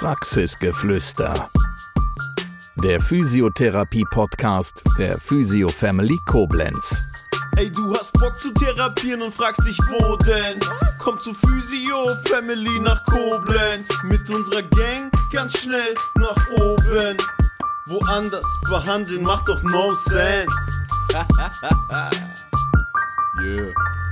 Praxisgeflüster. Der Physiotherapie-Podcast der Physio Family Koblenz. Ey, du hast Bock zu therapieren und fragst dich, wo denn? Komm zu Physio Family nach Koblenz. Mit unserer Gang ganz schnell nach oben. Woanders behandeln macht doch no sense. Yeah.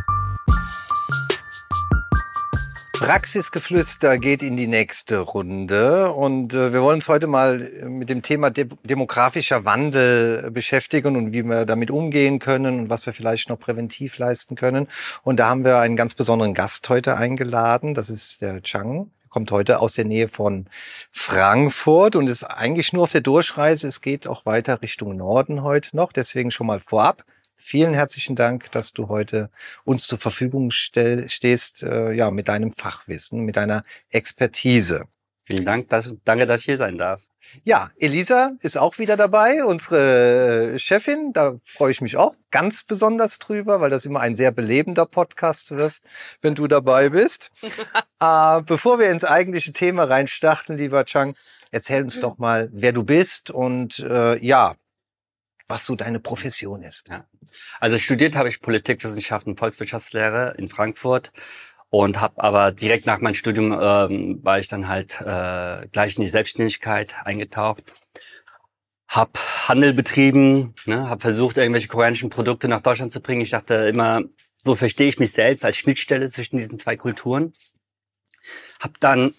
Praxisgeflüster geht in die nächste Runde und wir wollen uns heute mal mit dem Thema demografischer Wandel beschäftigen und wie wir damit umgehen können und was wir vielleicht noch präventiv leisten können. Und da haben wir einen ganz besonderen Gast heute eingeladen, das ist der Chang. Er kommt heute aus der Nähe von Frankfurt und ist eigentlich nur auf der Durchreise. Es geht auch weiter Richtung Norden heute noch, deswegen schon mal vorab. Vielen herzlichen Dank, dass du heute uns zur Verfügung stehst, mit deinem Fachwissen, mit deiner Expertise. Vielen Dank, danke, dass ich hier sein darf. Ja, Elisa ist auch wieder dabei, unsere Chefin. Da freue ich mich auch ganz besonders drüber, weil das immer ein sehr belebender Podcast ist, wenn du dabei bist. Bevor wir ins eigentliche Thema reinstarten, lieber Chang, erzähl uns doch mal, wer du bist und was so deine Profession ist. Ja. Also studiert habe ich Politikwissenschaften und Volkswirtschaftslehre in Frankfurt und habe aber direkt nach meinem Studium war ich dann halt gleich in die Selbstständigkeit eingetaucht. Habe Handel betrieben, habe versucht, irgendwelche koreanischen Produkte nach Deutschland zu bringen. Ich dachte immer, so verstehe ich mich selbst als Schnittstelle zwischen diesen zwei Kulturen. Habe dann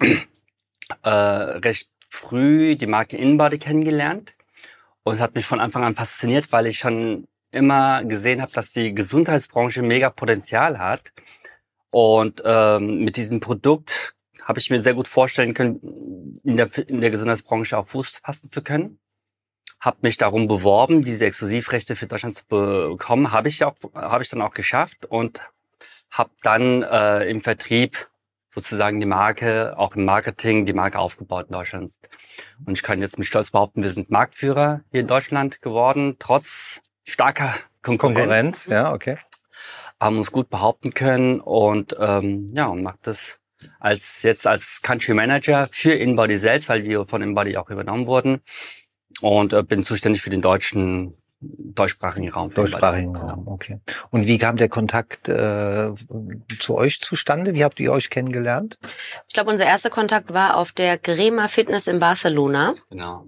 recht früh die Marke InBody kennengelernt. Und es hat mich von Anfang an fasziniert, weil ich schon immer gesehen habe, dass die Gesundheitsbranche mega Potenzial hat. Und mit diesem Produkt habe ich mir sehr gut vorstellen können, in der Gesundheitsbranche auch Fuß fassen zu können. Habe mich darum beworben, diese Exklusivrechte für Deutschland zu bekommen. Habe ich dann auch geschafft und habe dann im Vertrieb sozusagen die Marke, auch im Marketing, die Marke aufgebaut in Deutschland. Und ich kann jetzt mit Stolz behaupten, wir sind Marktführer hier in Deutschland geworden, trotz starker Konkurrenz. Ja, okay. Haben uns gut behaupten können und und macht das als Country Manager für InBody selbst, weil wir von InBody auch übernommen wurden. Und bin zuständig für den deutschsprachigen Raum. Deutschsprachigen Raum, okay. Und wie kam der Kontakt zu euch zustande? Wie habt ihr euch kennengelernt? Ich glaube, unser erster Kontakt war auf der Grema Fitness in Barcelona. Genau.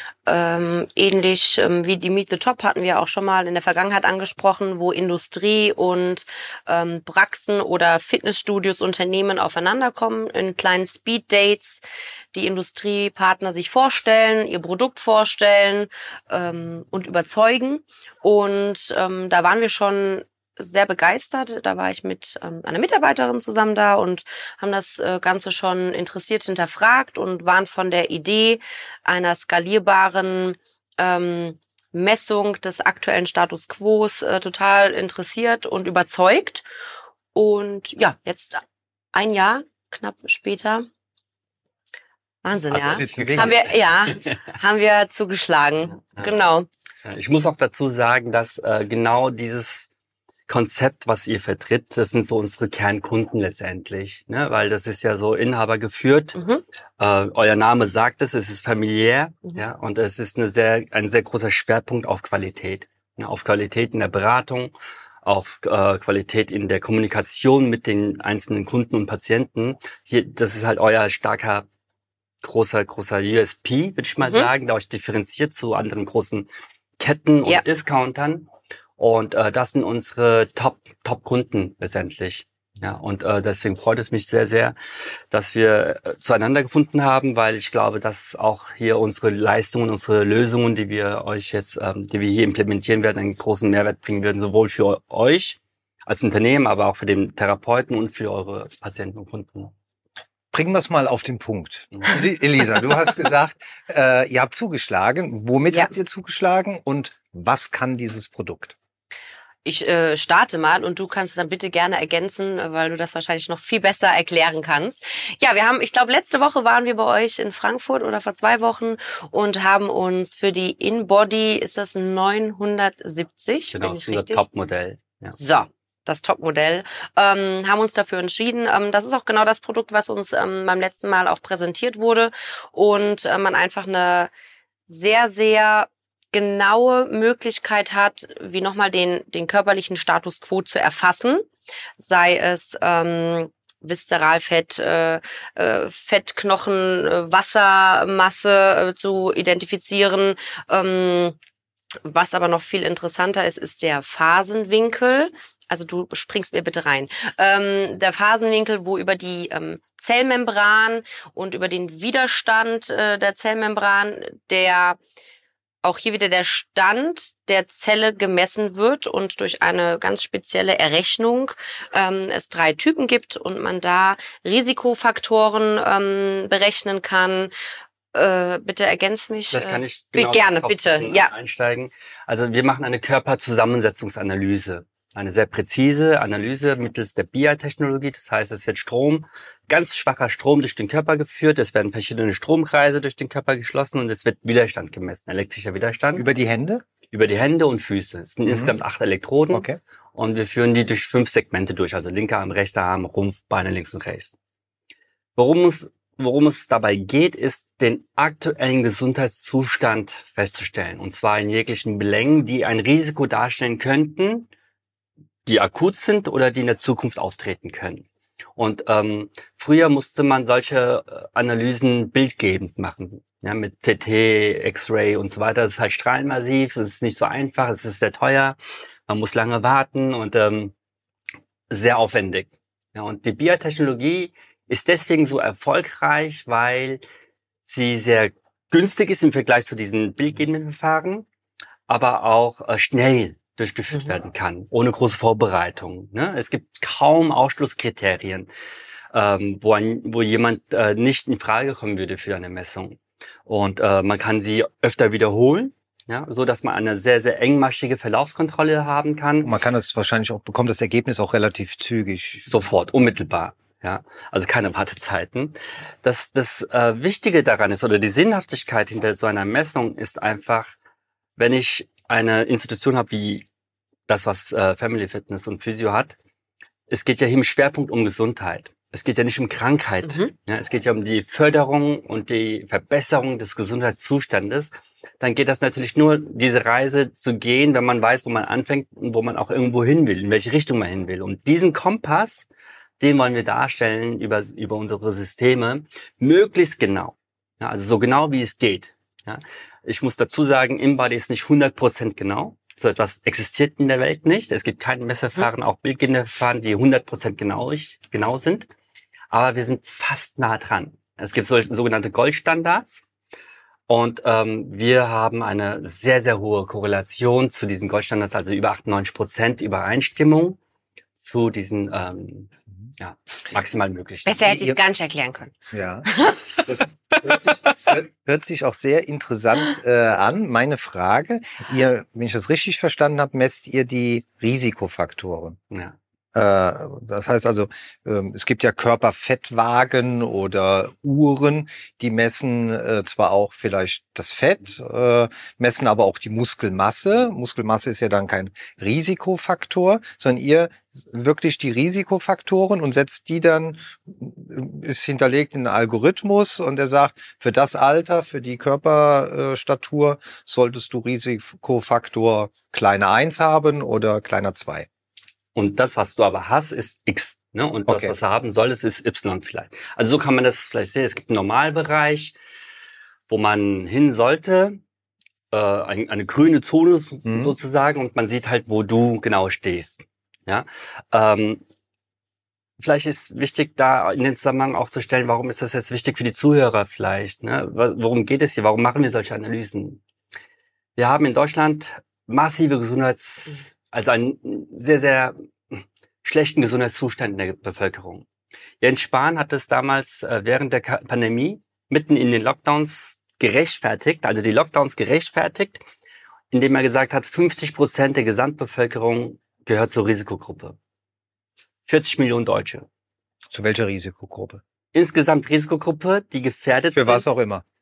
Ähnlich wie die Meet the Top hatten wir auch schon mal in der Vergangenheit angesprochen, wo Industrie und Praxen oder Fitnessstudios, Unternehmen aufeinanderkommen in kleinen Speed-Dates, die Industriepartner sich vorstellen, ihr Produkt vorstellen und überzeugen. Und da waren wir schon sehr begeistert. Da war ich mit einer Mitarbeiterin zusammen da und haben das Ganze schon interessiert hinterfragt und waren von der Idee einer skalierbaren Messung des aktuellen Status Quo total interessiert und überzeugt. Und ja, jetzt ein Jahr knapp später, Wahnsinn, also ja, haben wir zugeschlagen. Ja. Genau. Ich muss auch dazu sagen, dass genau dieses Konzept, was ihr vertritt, das sind so unsere Kernkunden letztendlich, ne? Weil das ist ja so Inhaber geführt. Euer Name sagt es ist familiär, ja, und es ist ein sehr großer Schwerpunkt auf Qualität, ne? Auf Qualität in der Beratung, auf Qualität in der Kommunikation mit den einzelnen Kunden und Patienten. Hier, das ist halt euer starker, großer USP, würde ich mal sagen, der euch differenziert zu anderen großen Ketten und Discountern. Und das sind unsere Top-Kunden letztendlich. Ja, und deswegen freut es mich sehr, sehr, dass wir zueinander gefunden haben, weil ich glaube, dass auch hier unsere Leistungen, unsere Lösungen, die wir hier implementieren werden, einen großen Mehrwert bringen werden, sowohl für euch als Unternehmen, aber auch für den Therapeuten und für eure Patienten und Kunden. Bringen wir es mal auf den Punkt. Elisa, du hast gesagt, ihr habt zugeschlagen. Womit habt ihr zugeschlagen und was kann dieses Produkt? Ich starte mal und du kannst dann bitte gerne ergänzen, weil du das wahrscheinlich noch viel besser erklären kannst. Ja, ich glaube, letzte Woche waren wir bei euch in Frankfurt oder vor 2 Wochen und haben uns für die InBody, ist das 970? Genau, das ist unser Topmodell. Ja. So, das Topmodell, haben uns dafür entschieden. Das ist auch genau das Produkt, was uns beim letzten Mal auch präsentiert wurde und man einfach eine sehr, sehr genaue Möglichkeit hat, wie nochmal den körperlichen Status quo zu erfassen, sei es Viszeralfett, Fettknochen, Wassermasse zu identifizieren. Was aber noch viel interessanter ist der Phasenwinkel. Also du springst mir bitte rein. Der Phasenwinkel, wo über die Zellmembran und über den Widerstand der Zellmembran auch hier wieder der Stand der Zelle gemessen wird und durch eine ganz spezielle Errechnung es 3 Typen gibt und man da Risikofaktoren berechnen kann. Bitte ergänz mich. Das kann ich gerne, bitte. Ja. Einsteigen. Also wir machen eine Körperzusammensetzungsanalyse. Eine sehr präzise Analyse mittels der BI-Technologie. Das heißt, es wird ganz schwacher Strom durch den Körper geführt. Es werden verschiedene Stromkreise durch den Körper geschlossen und es wird Widerstand gemessen, elektrischer Widerstand. Über die Hände? Über die Hände und Füße. Es sind insgesamt 8 Elektroden. Okay. Und wir führen die durch 5 Segmente durch. Also linker Arm, rechter Arm, Rumpf, Beine links und rechts. Worum es dabei geht, ist, den aktuellen Gesundheitszustand festzustellen. Und zwar in jeglichen Belängen, die ein Risiko darstellen könnten, die akut sind oder die in der Zukunft auftreten können. Und früher musste man solche Analysen bildgebend machen, ja, mit CT, X-Ray und so weiter. Das ist halt strahlenmassiv, es ist nicht so einfach, es ist sehr teuer, man muss lange warten und sehr aufwendig. Ja, und die BI-Technologie ist deswegen so erfolgreich, weil sie sehr günstig ist im Vergleich zu diesen bildgebenden Verfahren, aber auch schnell durchgeführt werden kann, ohne große Vorbereitung. Ne? Es gibt kaum Ausschlusskriterien, wo jemand nicht in Frage kommen würde für eine Messung. Und man kann sie öfter wiederholen, ja, so dass man eine sehr, sehr engmaschige Verlaufskontrolle haben kann. Man kann es wahrscheinlich auch, bekommt das Ergebnis auch relativ zügig. Sofort, unmittelbar. Ja, also keine Wartezeiten. Das Wichtige daran ist, oder die Sinnhaftigkeit hinter so einer Messung ist einfach, wenn ich eine Institution habe wie das, was Family Fitness und Physio hat, es geht ja hier im Schwerpunkt um Gesundheit. Es geht ja nicht um Krankheit. Ja, es geht ja um die Förderung und die Verbesserung des Gesundheitszustandes. Dann geht das natürlich nur, diese Reise zu gehen, wenn man weiß, wo man anfängt und wo man auch irgendwo hin will, in welche Richtung man hin will. Und diesen Kompass, den wollen wir darstellen über unsere Systeme, möglichst genau. Ja, also so genau, wie es geht. Ja, ich muss dazu sagen, InBody ist nicht 100% genau. So etwas existiert in der Welt nicht. Es gibt keine Messverfahren, auch bildgebende Verfahren, die 100% genau sind. Aber wir sind fast nah dran. Es gibt sogenannte Goldstandards. Und wir haben eine sehr, sehr hohe Korrelation zu diesen Goldstandards, also über 98% Übereinstimmung zu diesen maximal möglichen. Besser hätte ich es gar nicht erklären können. Ja, das hört sich auch sehr interessant an. Meine Frage, wenn ich das richtig verstanden habe, messt ihr die Risikofaktoren. Ja. Das heißt also, es gibt ja Körperfettwagen oder Uhren, die messen zwar auch vielleicht das Fett, messen aber auch die Muskelmasse. Muskelmasse ist ja dann kein Risikofaktor, sondern ihr wirklich die Risikofaktoren und setzt die dann, ist hinterlegt in einen Algorithmus und der sagt, für das Alter, für die Körperstatur solltest du Risikofaktor kleiner 1 haben oder kleiner 2. Und das, was du aber hast, ist X. Ne? Und das, was du haben solltest, ist Y vielleicht. Also so kann man das vielleicht sehen. Es gibt einen Normalbereich, wo man hin sollte, eine grüne Zone sozusagen, und man sieht halt, wo du genau stehst. Ja, vielleicht ist wichtig, da in den Zusammenhang auch zu stellen, warum ist das jetzt wichtig für die Zuhörer vielleicht? Ne? Worum geht es hier? Warum machen wir solche Analysen? Wir haben in Deutschland massive also einen sehr, sehr schlechten Gesundheitszustand in der Bevölkerung. Jens Spahn hat es damals während der Pandemie mitten in den Lockdowns gerechtfertigt, indem er gesagt hat, 50% der Gesamtbevölkerung gehört zur Risikogruppe. 40 Millionen Deutsche. Zu welcher Risikogruppe? Insgesamt Risikogruppe, die gefährdet sind. Für was auch immer.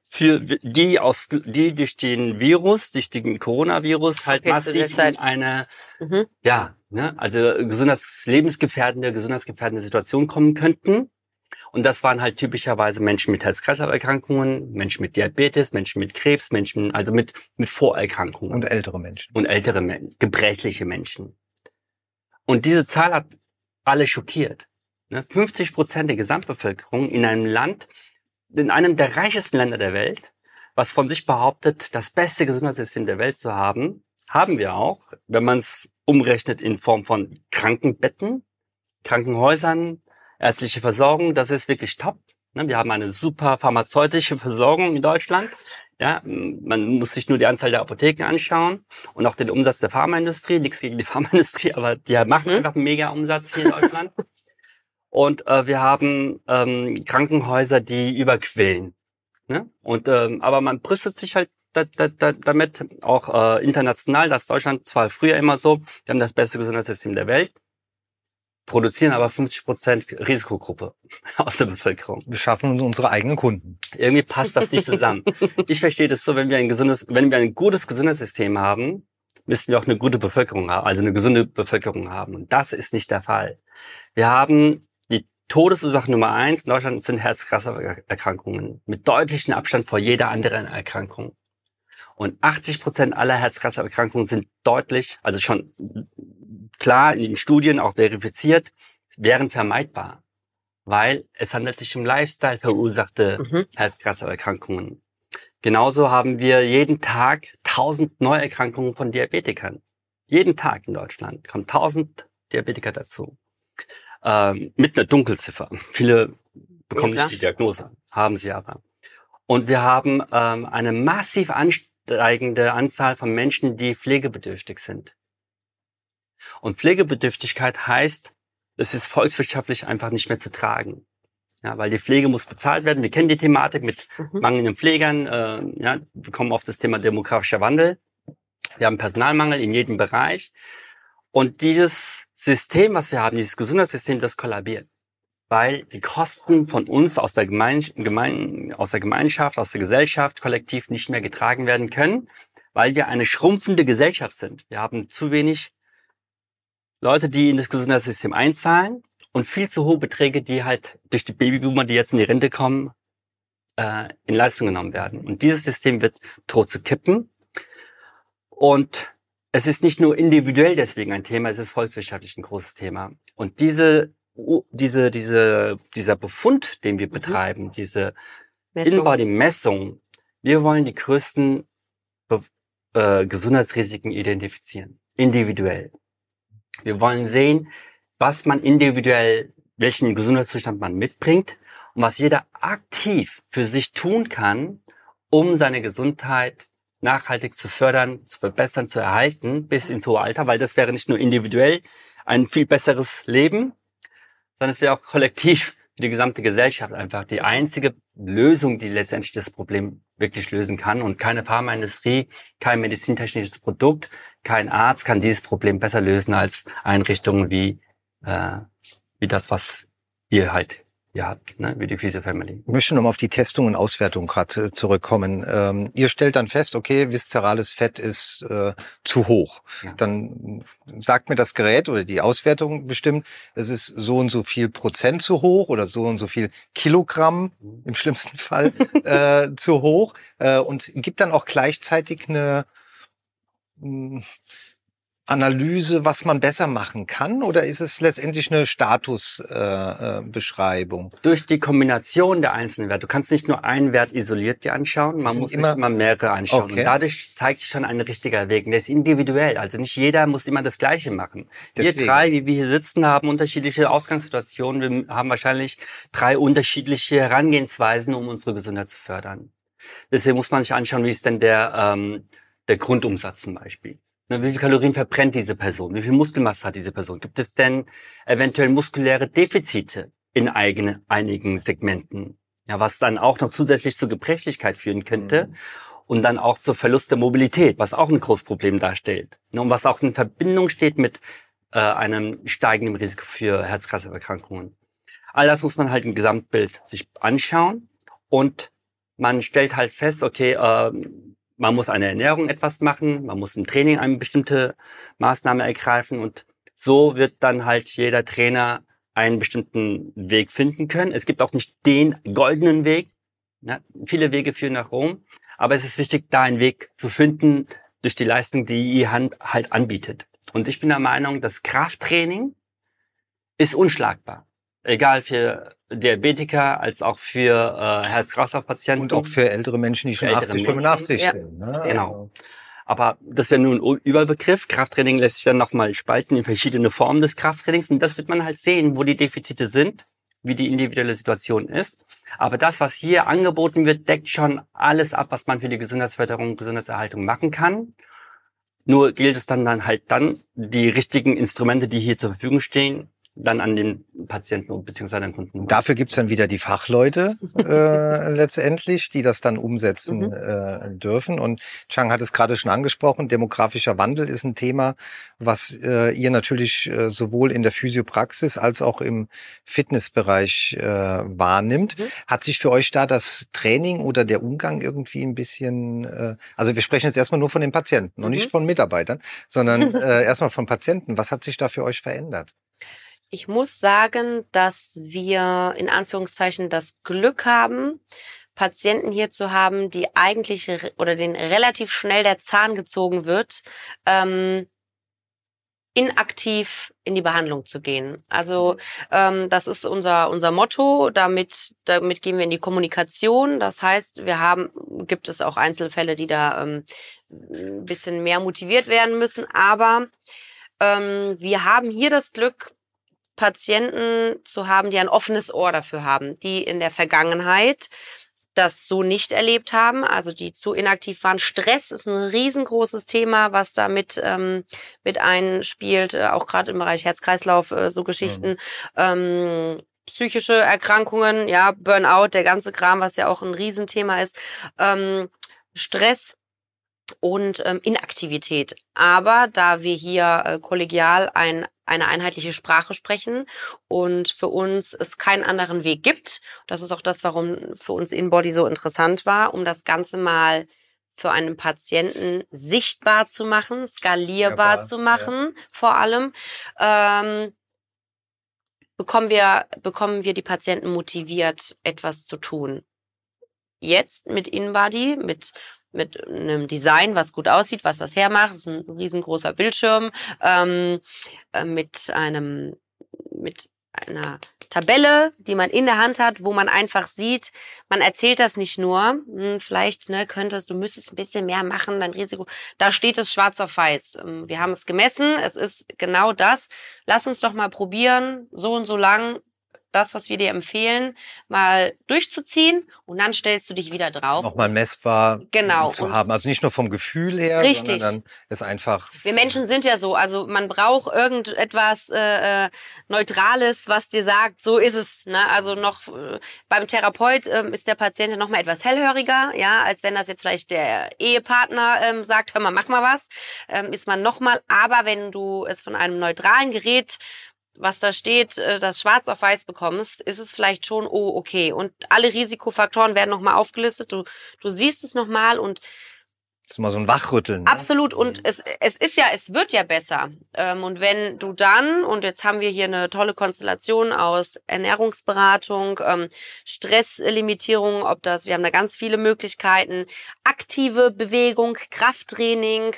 die durch den Virus, durch den Coronavirus halt Okay, zu der massiv Zeit. in eine, Mhm. also lebensgefährdende Situation kommen könnten. Und das waren halt typischerweise Menschen mit Herz-Kreislauf-Erkrankungen, Menschen mit Diabetes, Menschen mit Krebs, Menschen, also mit Vorerkrankungen. Und ältere Menschen. Und ältere Menschen, gebrechliche Menschen. Und diese Zahl hat alle schockiert. 50% der Gesamtbevölkerung in einem Land, in einem der reichsten Länder der Welt, was von sich behauptet, das beste Gesundheitssystem der Welt zu haben, haben wir auch, wenn man es umrechnet in Form von Krankenbetten, Krankenhäusern, ärztliche Versorgung, das ist wirklich top. Wir haben eine super pharmazeutische Versorgung in Deutschland. Ja, man muss sich nur die Anzahl der Apotheken anschauen und auch den Umsatz der Pharmaindustrie. Nichts gegen die Pharmaindustrie, aber die machen einfach einen mega Umsatz hier in Deutschland. Und wir haben Krankenhäuser, die überquillen. Und aber man brüstet sich halt damit auch international, dass Deutschland zwar früher immer so, wir haben das beste Gesundheitssystem der Welt, produzieren aber 50% Risikogruppe aus der Bevölkerung. Wir schaffen uns unsere eigenen Kunden. Irgendwie passt das nicht zusammen. Ich verstehe das so, wenn wir ein gutes Gesundheitssystem haben, müssen wir auch eine gute Bevölkerung haben, also eine gesunde Bevölkerung haben. Und das ist nicht der Fall. Wir haben die Todesursache Nummer 1 in Deutschland sind Herz-Kreislauf-Erkrankungen mit deutlichem Abstand vor jeder anderen Erkrankung. Und 80% aller Herz-Kreislauf-Erkrankungen sind deutlich, also schon klar in den Studien auch verifiziert, wären vermeidbar. Weil es handelt sich um Lifestyle verursachte Herz-Kreislauf-Erkrankungen. Genauso haben wir jeden Tag 1000 Neuerkrankungen von Diabetikern. Jeden Tag in Deutschland kommen 1000 Diabetiker dazu. Mit einer Dunkelziffer. Viele bekommen nicht die Diagnose, haben sie aber. Und wir haben eine massiv ansteigende Anzahl von Menschen, die pflegebedürftig sind. Und Pflegebedürftigkeit heißt, es ist volkswirtschaftlich einfach nicht mehr zu tragen. Ja, weil die Pflege muss bezahlt werden. Wir kennen die Thematik mit mangelnden Pflegern. Wir kommen auf das Thema demografischer Wandel. Wir haben Personalmangel in jedem Bereich. Und dieses System, was wir haben, dieses Gesundheitssystem, das kollabiert. Weil die Kosten von uns aus der Gemeinschaft, aus der Gesellschaft kollektiv nicht mehr getragen werden können, weil wir eine schrumpfende Gesellschaft sind. Wir haben zu wenig Leute, die in das Gesundheitssystem einzahlen und viel zu hohe Beträge, die halt durch die Babyboomer, die jetzt in die Rente kommen, in Leistung genommen werden. Und dieses System droht zu kippen. Und es ist nicht nur individuell deswegen ein Thema, es ist volkswirtschaftlich ein großes Thema. Und dieser Befund, den wir betreiben, diese In-Body-Messung, wir wollen die größten Gesundheitsrisiken identifizieren, individuell. Wir wollen sehen, was man individuell, welchen Gesundheitszustand man mitbringt und was jeder aktiv für sich tun kann, um seine Gesundheit nachhaltig zu fördern, zu verbessern, zu erhalten bis ins hohe Alter, weil das wäre nicht nur individuell ein viel besseres Leben, sondern es wäre auch kollektiv für die gesamte Gesellschaft einfach die einzige Lösung, die letztendlich das Problem wirklich lösen kann. Und keine Pharmaindustrie, kein medizintechnisches Produkt, kein Arzt kann dieses Problem besser lösen als Einrichtungen wie das, was ihr halt habt, wie die Physio Family. Ich möchte nochmal auf die Testung und Auswertung gerade zurückkommen. Ihr stellt dann fest, okay, viszerales Fett ist zu hoch. Ja. Dann sagt mir das Gerät oder die Auswertung bestimmt, es ist so und so viel Prozent zu hoch oder so und so viel Kilogramm im schlimmsten Fall zu hoch und gibt dann auch gleichzeitig eine Analyse, was man besser machen kann, oder ist es letztendlich eine Statusbeschreibung? Durch die Kombination der einzelnen Werte. Du kannst nicht nur einen Wert isoliert dir anschauen, man muss sich immer mehrere anschauen. Okay. Und dadurch zeigt sich schon ein richtiger Weg. Und der ist individuell, also nicht jeder muss immer das Gleiche machen. Deswegen. Wir drei, wie wir hier sitzen, haben unterschiedliche Ausgangssituationen. Wir haben wahrscheinlich 3 unterschiedliche Herangehensweisen, um unsere Gesundheit zu fördern. Deswegen muss man sich anschauen, wie ist denn der Grundumsatz zum Beispiel. Wie viel Kalorien verbrennt diese Person? Wie viel Muskelmasse hat diese Person? Gibt es denn eventuell muskuläre Defizite in einigen Segmenten? Ja, was dann auch noch zusätzlich zur Gebrechlichkeit führen könnte und dann auch zur Verlust der Mobilität, was auch ein großes Problem darstellt. Und was auch in Verbindung steht mit einem steigenden Risiko für Herz-Kreislauf-Erkrankungen. All das muss man halt im Gesamtbild sich anschauen und man stellt halt fest, okay, man muss an der Ernährung etwas machen, man muss im Training eine bestimmte Maßnahme ergreifen und so wird dann halt jeder Trainer einen bestimmten Weg finden können. Es gibt auch nicht den goldenen Weg. Ne? Viele Wege führen nach Rom, aber es ist wichtig, da einen Weg zu finden durch die Leistung, die die Hand halt anbietet. Und ich bin der Meinung, das Krafttraining ist unschlagbar. Egal für Diabetiker als auch für Herz-Kreislauf-Patienten. Und auch für ältere Menschen, die schon 80, 85 sind. Ne? Genau. Aber das ist ja nur ein Überbegriff. Krafttraining lässt sich dann nochmal spalten in verschiedene Formen des Krafttrainings. Und das wird man halt sehen, wo die Defizite sind, wie die individuelle Situation ist. Aber das, was hier angeboten wird, deckt schon alles ab, was man für die Gesundheitsförderung und Gesundheitserhaltung machen kann. Nur gilt es dann halt die richtigen Instrumente, die hier zur Verfügung stehen, dann an den Patienten bzw. den Kunden. Dafür gibt's dann wieder die Fachleute letztendlich, die das dann umsetzen dürfen. Und Chang hat es gerade schon angesprochen, demografischer Wandel ist ein Thema, was ihr natürlich sowohl in der Physiopraxis als auch im Fitnessbereich wahrnimmt. Hat sich für euch da das Training oder der Umgang irgendwie ein bisschen, also wir sprechen jetzt erstmal nur von den Patienten und nicht von Mitarbeitern, sondern erstmal von Patienten. Was hat sich da für euch verändert? Ich muss sagen, dass wir in Anführungszeichen das Glück haben, Patienten hier zu haben, die eigentlich oder denen relativ schnell der Zahn gezogen wird, inaktiv in die Behandlung zu gehen. Also das ist unser Motto. Damit gehen wir in die Kommunikation. Das heißt, gibt es auch Einzelfälle, die da ein bisschen mehr motiviert werden müssen. Aber wir haben hier das Glück, Patienten zu haben, die ein offenes Ohr dafür haben, die in der Vergangenheit das so nicht erlebt haben, also die zu inaktiv waren. Stress ist ein riesengroßes Thema, was da mit einspielt, auch gerade im Bereich Herz-Kreislauf, so Geschichten. Psychische Erkrankungen, ja, Burnout, der ganze Kram, was ja auch ein Riesenthema ist. Stress und Inaktivität. Aber da wir hier kollegial eine einheitliche Sprache sprechen und für uns es keinen anderen Weg gibt, das ist auch das, warum für uns InBody so interessant war, um das Ganze mal für einen Patienten sichtbar zu machen, skalierbar zu machen, vor allem, bekommen wir die Patienten motiviert, etwas zu tun. Jetzt mit InBody, mit einem Design, was gut aussieht, was hermacht. Das ist ein riesengroßer Bildschirm mit einer Tabelle, die man in der Hand hat, wo man einfach sieht, man erzählt das nicht nur, vielleicht du müsstest ein bisschen mehr machen, dein Risiko, da steht es schwarz auf weiß. Wir haben es gemessen, es ist genau das. Lass uns doch mal probieren, so und so lang das, was wir dir empfehlen, mal durchzuziehen und dann stellst du dich wieder drauf. Nochmal messbar zu haben. Also nicht nur vom Gefühl her, richtig, sondern dann ist einfach... Wir Menschen sind ja so, also man braucht irgendetwas Neutrales, was dir sagt, so ist es. Ne? Also noch beim Therapeut ist der Patient ja noch mal etwas hellhöriger, ja, als wenn das jetzt vielleicht der Ehepartner sagt, hör mal, mach mal was, ist man noch mal. Aber wenn du es von einem neutralen Gerät, was da steht, das schwarz auf weiß bekommst, ist es vielleicht schon, oh, okay. Und alle Risikofaktoren werden nochmal aufgelistet. Du siehst es nochmal und das ist mal so ein Wachrütteln. Ne? Absolut. Und es wird ja besser. Und wenn du dann, und jetzt haben wir hier eine tolle Konstellation aus Ernährungsberatung, Stresslimitierung, wir haben da ganz viele Möglichkeiten, aktive Bewegung, Krafttraining,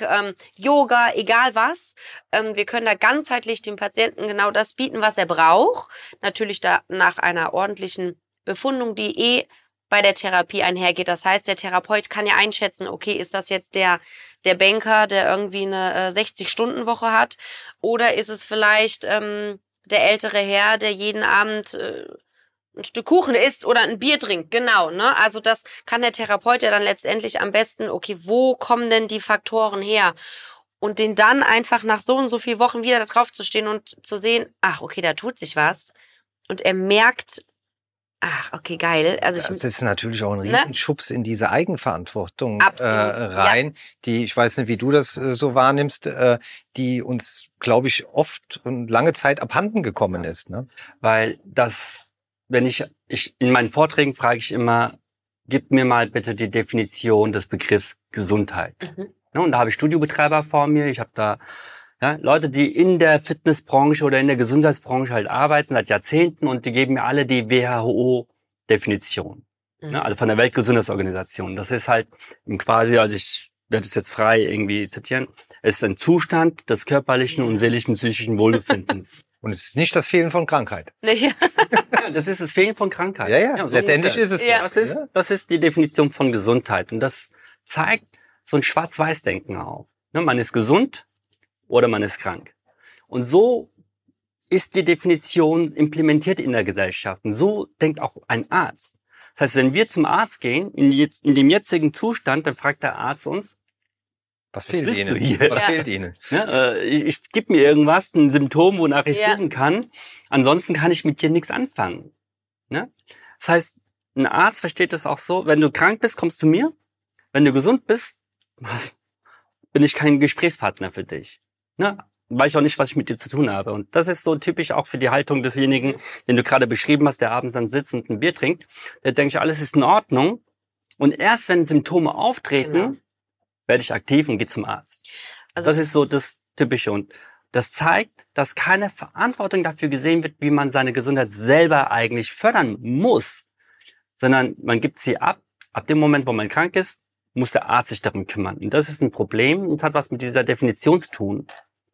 Yoga, egal was. Wir können da ganzheitlich dem Patienten genau das bieten, was er braucht. Natürlich da nach einer ordentlichen Befundung, die bei der Therapie einhergeht. Das heißt, der Therapeut kann ja einschätzen, okay, ist das jetzt der Banker, der irgendwie eine 60-Stunden-Woche hat, oder ist es vielleicht der ältere Herr, der jeden Abend ein Stück Kuchen isst oder ein Bier trinkt. Genau, ne? Also das kann der Therapeut ja dann letztendlich am besten, okay, wo kommen denn die Faktoren her? Und den dann einfach nach so und so vielen Wochen wieder da drauf zu stehen und zu sehen, ach, okay, da tut sich was. Und er merkt, ach, okay, geil. Also das ist natürlich auch ein Riesenschubs in diese Eigenverantwortung rein, ja. Die, ich weiß nicht, wie du das so wahrnimmst, die uns, glaube ich, oft und lange Zeit abhanden gekommen ist. Ne? Weil in meinen Vorträgen frage ich immer, gib mir mal bitte die Definition des Begriffs Gesundheit. Ja, und da habe ich Studiobetreiber vor mir. Ich habe da Leute, die in der Fitnessbranche oder in der Gesundheitsbranche halt arbeiten seit Jahrzehnten und die geben mir alle die WHO-Definition. Also von der Weltgesundheitsorganisation. Das ist halt quasi, also ich werde es jetzt frei irgendwie zitieren, es ist ein Zustand des körperlichen und seelischen psychischen Wohlbefindens. Und es ist nicht das Fehlen von Krankheit. Nee. Ja, das ist das Fehlen von Krankheit. Ja, so letztendlich ungefähr. ist es Das ist die Definition von Gesundheit. Und das zeigt so ein Schwarz-Weiß-Denken auf. Man ist gesund oder man ist krank. Und so ist die Definition implementiert in der Gesellschaft. Und so denkt auch ein Arzt. Das heißt, wenn wir zum Arzt gehen, in dem jetzigen Zustand, dann fragt der Arzt uns, was fehlt Ihnen? Was fehlt Ihnen? Ich gib mir irgendwas, ein Symptom, wonach ich suchen kann. Ansonsten kann ich mit dir nichts anfangen. Das heißt, ein Arzt versteht das auch so, wenn du krank bist, kommst du mir. Wenn du gesund bist, bin ich kein Gesprächspartner für dich. Weiß ich auch nicht, was ich mit dir zu tun habe. Und das ist so typisch auch für die Haltung desjenigen, den du gerade beschrieben hast, der abends dann sitzt und ein Bier trinkt. Der denkt, alles ist in Ordnung. Und erst wenn Symptome auftreten, werde ich aktiv und gehe zum Arzt. Also das ist so das Typische. Und das zeigt, dass keine Verantwortung dafür gesehen wird, wie man seine Gesundheit selber eigentlich fördern muss, sondern man gibt sie ab. Ab dem Moment, wo man krank ist, muss der Arzt sich darum kümmern. Und das ist ein Problem und hat was mit dieser Definition zu tun.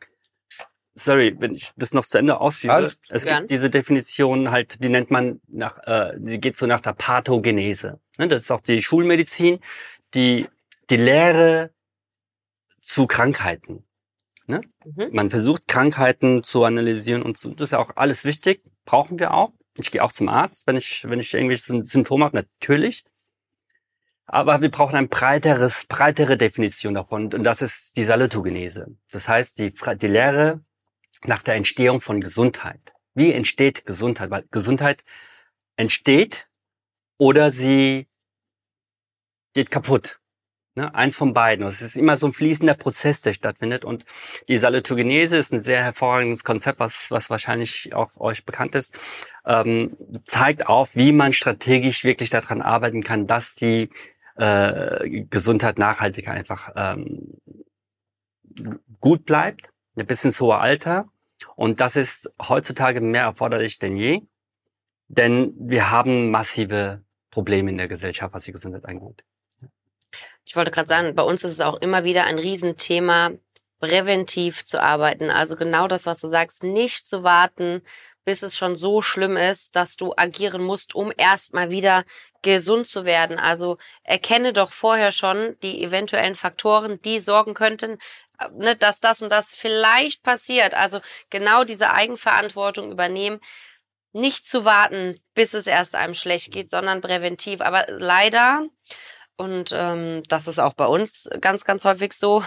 Sorry, wenn ich das noch zu Ende ausführe. Es gibt diese Definition halt, die nennt man die geht so nach der Pathogenese. Das ist auch die Schulmedizin, die Lehre zu Krankheiten. Man versucht, Krankheiten zu analysieren und so. Das ist ja auch alles wichtig, brauchen wir auch. Ich gehe auch zum Arzt, wenn ich irgendwelche Symptome habe, natürlich. Aber wir brauchen eine breitere Definition davon. Und das ist die Salutogenese. Das heißt, die Lehre nach der Entstehung von Gesundheit. Wie entsteht Gesundheit? Weil Gesundheit entsteht oder sie geht kaputt. Eins von beiden. Es ist immer so ein fließender Prozess, der stattfindet. Und die Salutogenese ist ein sehr hervorragendes Konzept, was wahrscheinlich auch euch bekannt ist. Zeigt auf, wie man strategisch wirklich daran arbeiten kann, dass die Gesundheit nachhaltig einfach gut bleibt, bis ins hohe Alter. Und das ist heutzutage mehr erforderlich denn je. Denn wir haben massive Probleme in der Gesellschaft, was die Gesundheit angeht. Ich wollte gerade sagen, bei uns ist es auch immer wieder ein Riesenthema, präventiv zu arbeiten. Also genau das, was du sagst, nicht zu warten, bis es schon so schlimm ist, dass du agieren musst, um erstmal wieder gesund zu werden. Also erkenne doch vorher schon die eventuellen Faktoren, die sorgen könnten, dass das und das vielleicht passiert. Also genau diese Eigenverantwortung übernehmen, nicht zu warten, bis es erst einem schlecht geht, sondern präventiv. Aber leider, und das ist auch bei uns ganz, ganz häufig so,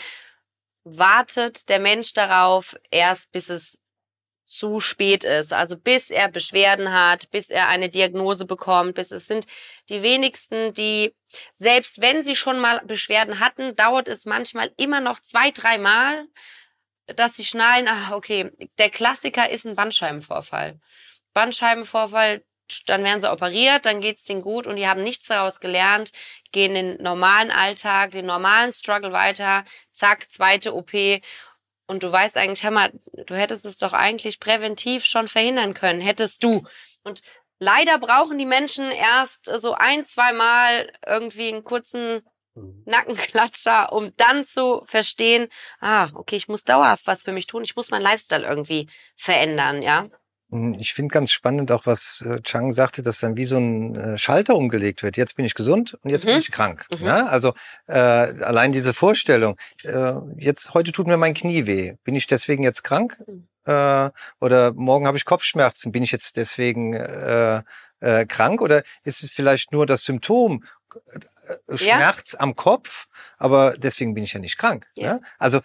wartet der Mensch darauf, erst bis es zu spät ist. Also bis er Beschwerden hat, bis er eine Diagnose bekommt, bis es sind die wenigsten, die, selbst wenn sie schon mal Beschwerden hatten, dauert es manchmal immer noch 2-3 Mal, dass sie schnallen, okay, der Klassiker ist ein Bandscheibenvorfall. Bandscheibenvorfall, dann werden sie operiert, dann geht's denen gut und die haben nichts daraus gelernt, gehen den normalen Alltag, den normalen Struggle weiter, zack, zweite OP. Und du weißt eigentlich, Hammer, du hättest es doch eigentlich präventiv schon verhindern können, hättest du. Und leider brauchen die Menschen erst so 1-2 Mal irgendwie einen kurzen Nackenklatscher, um dann zu verstehen, okay, ich muss dauerhaft was für mich tun, ich muss meinen Lifestyle irgendwie verändern, ja. Ich finde ganz spannend auch, was Chang sagte, dass dann wie so ein Schalter umgelegt wird. Jetzt bin ich gesund und jetzt bin ich krank. Ja? Also allein diese Vorstellung, heute tut mir mein Knie weh. Bin ich deswegen jetzt krank? Oder morgen habe ich Kopfschmerzen. Bin ich jetzt deswegen krank? Oder ist es vielleicht nur das Symptom, Schmerz am Kopf, aber deswegen bin ich ja nicht krank? Ja. Ne? Also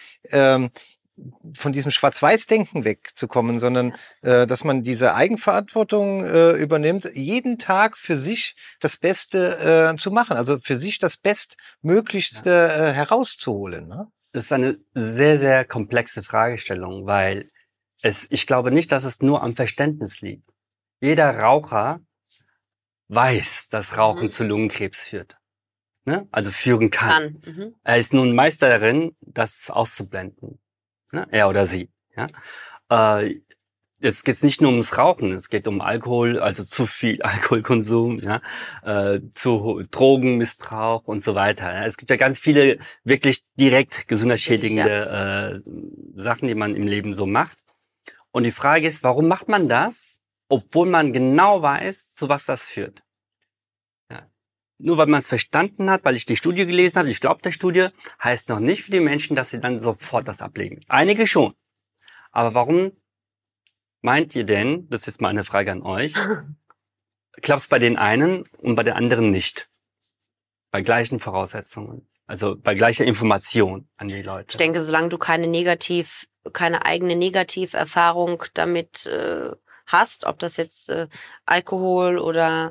von diesem Schwarz-Weiß-Denken wegzukommen, sondern dass man diese Eigenverantwortung übernimmt, jeden Tag für sich das Beste zu machen, also für sich das Bestmöglichste herauszuholen. Ne? Das ist eine sehr, sehr komplexe Fragestellung, weil ich glaube nicht, dass es nur am Verständnis liegt. Jeder Raucher weiß, dass Rauchen zu Lungenkrebs führt. Ne? Also führen kann. Mhm. Er ist nun Meister darin, das auszublenden. Ne? Er oder sie. Ja? Es geht nicht nur ums Rauchen, es geht um Alkohol, also zu viel Alkoholkonsum, ja, zu Drogenmissbrauch und so weiter. Ja. Es gibt ja ganz viele wirklich direkt gesundheitsschädigende Sachen, die man im Leben so macht. Und die Frage ist, warum macht man das, obwohl man genau weiß, zu was das führt? Ja. Nur weil man es verstanden hat, weil ich die Studie gelesen habe, ich glaube der Studie, heißt noch nicht für die Menschen, dass sie dann sofort das ablegen. Einige schon. Aber warum meint ihr denn, das ist mal eine Frage an euch, klappt es bei den einen und bei den anderen nicht? Bei gleichen Voraussetzungen, also bei gleicher Information an die Leute. Ich denke, solange du keine eigene Negativerfahrung damit hast, ob das jetzt Alkohol oder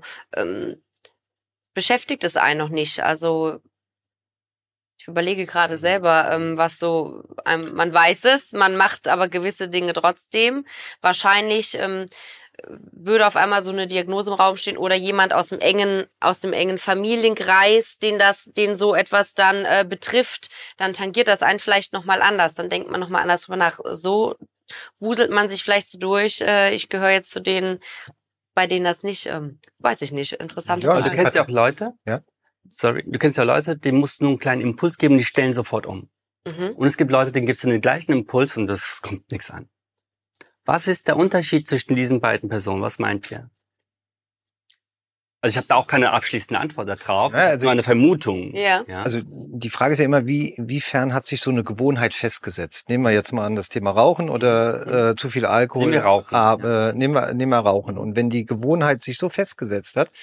beschäftigt es einen noch nicht. Also ich überlege gerade selber, was so, man weiß es, man macht aber gewisse Dinge trotzdem. Wahrscheinlich würde auf einmal so eine Diagnose im Raum stehen oder jemand aus dem engen Familienkreis, den so etwas dann betrifft, dann tangiert das einen vielleicht nochmal anders. Dann denkt man nochmal anders drüber nach. So wuselt man sich vielleicht so durch. Ich gehöre jetzt zu denen, bei denen das nicht, weiß ich nicht, interessante Frage. Du kennst ja auch Leute, du kennst ja Leute, denen musst du nur einen kleinen Impuls geben, die stellen sofort um. Und es gibt Leute, denen gibst du den gleichen Impuls und das kommt nichts an. Was ist der Unterschied zwischen diesen beiden Personen? Was meint ihr? Also ich habe da auch keine abschließende Antwort darauf. Ja, nur eine Vermutung. Ja. Also die Frage ist ja immer, wiefern hat sich so eine Gewohnheit festgesetzt? Nehmen wir jetzt mal an das Thema Rauchen oder zu viel Alkohol. Nehmen wir Rauchen. Nehmen wir Rauchen. Und wenn die Gewohnheit sich so festgesetzt hat,